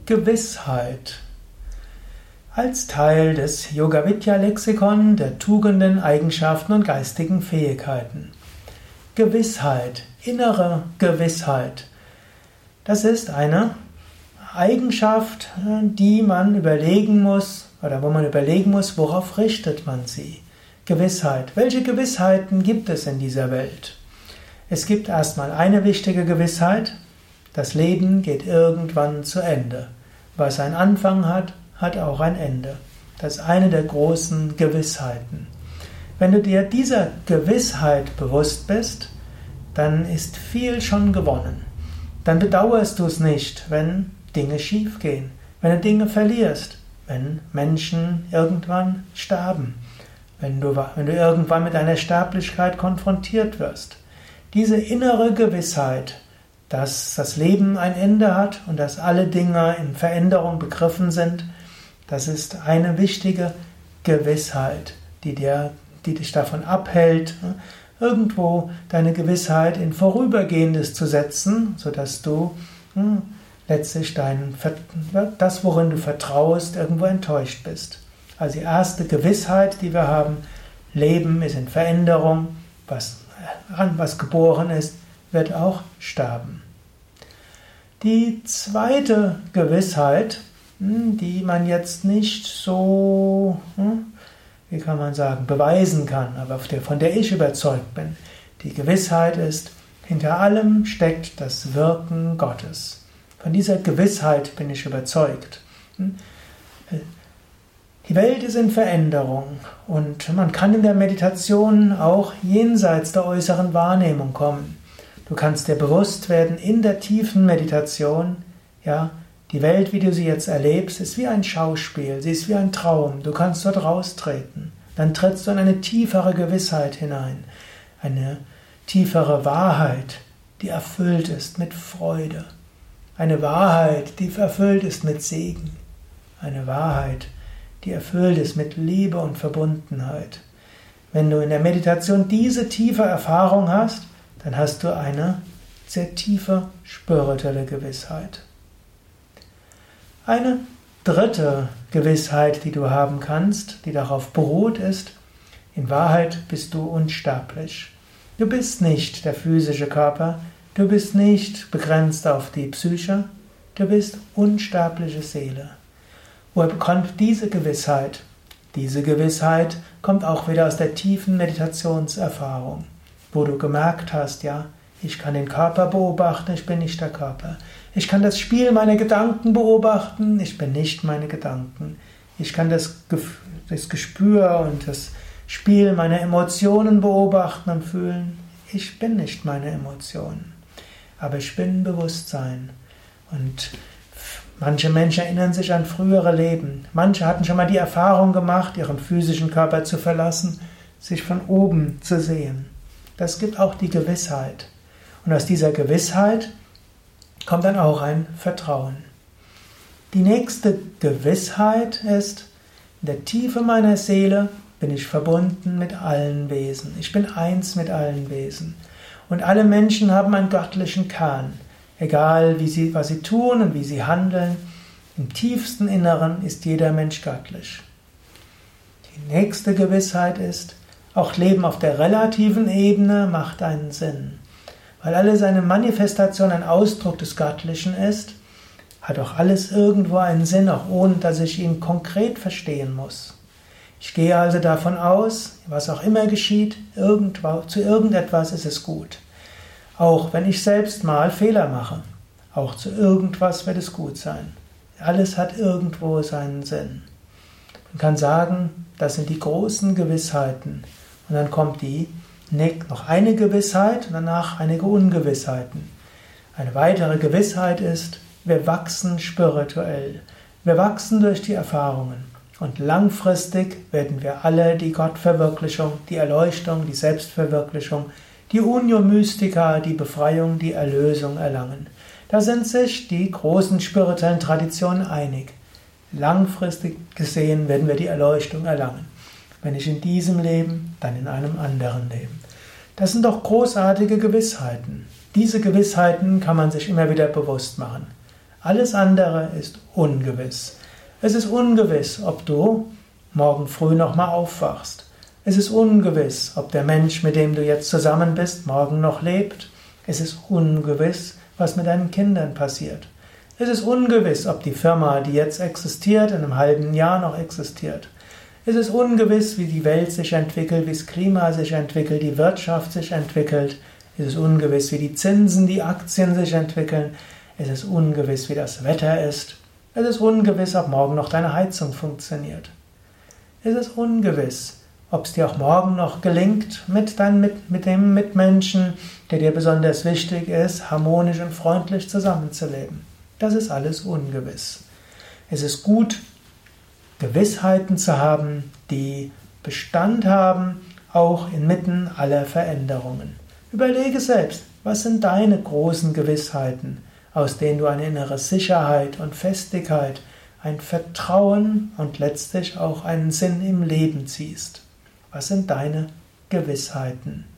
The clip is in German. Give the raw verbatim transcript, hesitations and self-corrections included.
Gewissheit. Als Teil des Yoga-Vidya-Lexikon der Tugenden, Eigenschaften und geistigen Fähigkeiten. Gewissheit, innere Gewissheit. Das ist eine Eigenschaft, die man überlegen muss, oder wo man überlegen muss, worauf richtet man sie. Gewissheit. Welche Gewissheiten gibt es in dieser Welt? Es gibt erstmal eine wichtige Gewissheit: Das Leben geht irgendwann zu Ende. Was einen Anfang hat, hat auch ein Ende. Das ist eine der großen Gewissheiten. Wenn du dir dieser Gewissheit bewusst bist, dann ist viel schon gewonnen. Dann bedauerst du es nicht, wenn Dinge schief gehen, wenn du Dinge verlierst, wenn Menschen irgendwann sterben, wenn du, wenn du irgendwann mit einer Sterblichkeit konfrontiert wirst. Diese innere Gewissheit, dass das Leben ein Ende hat und dass alle Dinge in Veränderung begriffen sind, das ist eine wichtige Gewissheit, die, dir, die dich davon abhält, irgendwo deine Gewissheit in Vorübergehendes zu setzen, sodass du hm, letztlich dein, das, worin du vertraust, irgendwo enttäuscht bist. Also die erste Gewissheit, die wir haben: Leben ist in Veränderung, was, was geboren ist, wird auch sterben. Die zweite Gewissheit, die man jetzt nicht so, wie kann man sagen, beweisen kann, aber von der ich überzeugt bin. Die Gewissheit ist: Hinter allem steckt das Wirken Gottes. Von dieser Gewissheit bin ich überzeugt. Die Welt ist in Veränderung und man kann in der Meditation auch jenseits der äußeren Wahrnehmung kommen. Du kannst dir bewusst werden, in der tiefen Meditation, ja, die Welt, wie du sie jetzt erlebst, ist wie ein Schauspiel, sie ist wie ein Traum. Du kannst dort raustreten. Dann trittst du in eine tiefere Gewissheit hinein, eine tiefere Wahrheit, die erfüllt ist mit Freude. Eine Wahrheit, die erfüllt ist mit Segen. Eine Wahrheit, die erfüllt ist mit Liebe und Verbundenheit. Wenn du in der Meditation diese tiefe Erfahrung hast, dann hast du eine sehr tiefe spirituelle Gewissheit. Eine dritte Gewissheit, die du haben kannst, die darauf beruht, ist: In Wahrheit bist du unsterblich. Du bist nicht der physische Körper, du bist nicht begrenzt auf die Psyche, du bist unsterbliche Seele. Woher kommt diese Gewissheit? Diese Gewissheit kommt auch wieder aus der tiefen Meditationserfahrung, wo du gemerkt hast, ja, ich kann den Körper beobachten, ich bin nicht der Körper. Ich kann das Spiel meiner Gedanken beobachten, ich bin nicht meine Gedanken. Ich kann das, das Gespür und das Spiel meiner Emotionen beobachten und fühlen, ich bin nicht meine Emotionen. Aber ich bin Bewusstsein. Und manche Menschen erinnern sich an frühere Leben. Manche hatten schon mal die Erfahrung gemacht, ihren physischen Körper zu verlassen, sich von oben zu sehen. Das gibt auch die Gewissheit. Und aus dieser Gewissheit kommt dann auch ein Vertrauen. Die nächste Gewissheit ist: In der Tiefe meiner Seele bin ich verbunden mit allen Wesen. Ich bin eins mit allen Wesen. Und alle Menschen haben einen göttlichen Kern. Egal, wie sie, was sie tun und wie sie handeln, im tiefsten Inneren ist jeder Mensch göttlich. Die nächste Gewissheit ist: Auch Leben auf der relativen Ebene macht einen Sinn. Weil alle seine Manifestation ein Ausdruck des Göttlichen ist, hat auch alles irgendwo einen Sinn, auch ohne dass ich ihn konkret verstehen muss. Ich gehe also davon aus, was auch immer geschieht, irgendwo, zu irgendetwas ist es gut. Auch wenn ich selbst mal Fehler mache, auch zu irgendwas wird es gut sein. Alles hat irgendwo seinen Sinn. Man kann sagen, das sind die großen Gewissheiten. Und dann kommt die noch eine Gewissheit und danach einige Ungewissheiten. Eine weitere Gewissheit ist: Wir wachsen spirituell. Wir wachsen durch die Erfahrungen. Und langfristig werden wir alle die Gottverwirklichung, die Erleuchtung, die Selbstverwirklichung, die Unio Mystica, die Befreiung, die Erlösung erlangen. Da sind sich die großen spirituellen Traditionen einig. Langfristig gesehen werden wir die Erleuchtung erlangen. Wenn nicht in diesem Leben, dann in einem anderen Leben. Das sind doch großartige Gewissheiten. Diese Gewissheiten kann man sich immer wieder bewusst machen. Alles andere ist ungewiss. Es ist ungewiss, ob du morgen früh nochmal aufwachst. Es ist ungewiss, ob der Mensch, mit dem du jetzt zusammen bist, morgen noch lebt. Es ist ungewiss, was mit deinen Kindern passiert. Es ist ungewiss, ob die Firma, die jetzt existiert, in einem halben Jahr noch existiert. Es ist ungewiss, wie die Welt sich entwickelt, wie das Klima sich entwickelt, die Wirtschaft sich entwickelt. Es ist ungewiss, wie die Zinsen, die Aktien sich entwickeln. Es ist ungewiss, wie das Wetter ist. Es ist ungewiss, ob morgen noch deine Heizung funktioniert. Es ist ungewiss, ob es dir auch morgen noch gelingt, mit, dein, mit, mit dem Mitmenschen, der dir besonders wichtig ist, harmonisch und freundlich zusammenzuleben. Das ist alles ungewiss. Es ist gut, Gewissheiten zu haben, die Bestand haben, auch inmitten aller Veränderungen. Überlege selbst, was sind deine großen Gewissheiten, aus denen du eine innere Sicherheit und Festigkeit, ein Vertrauen und letztlich auch einen Sinn im Leben ziehst. Was sind deine Gewissheiten?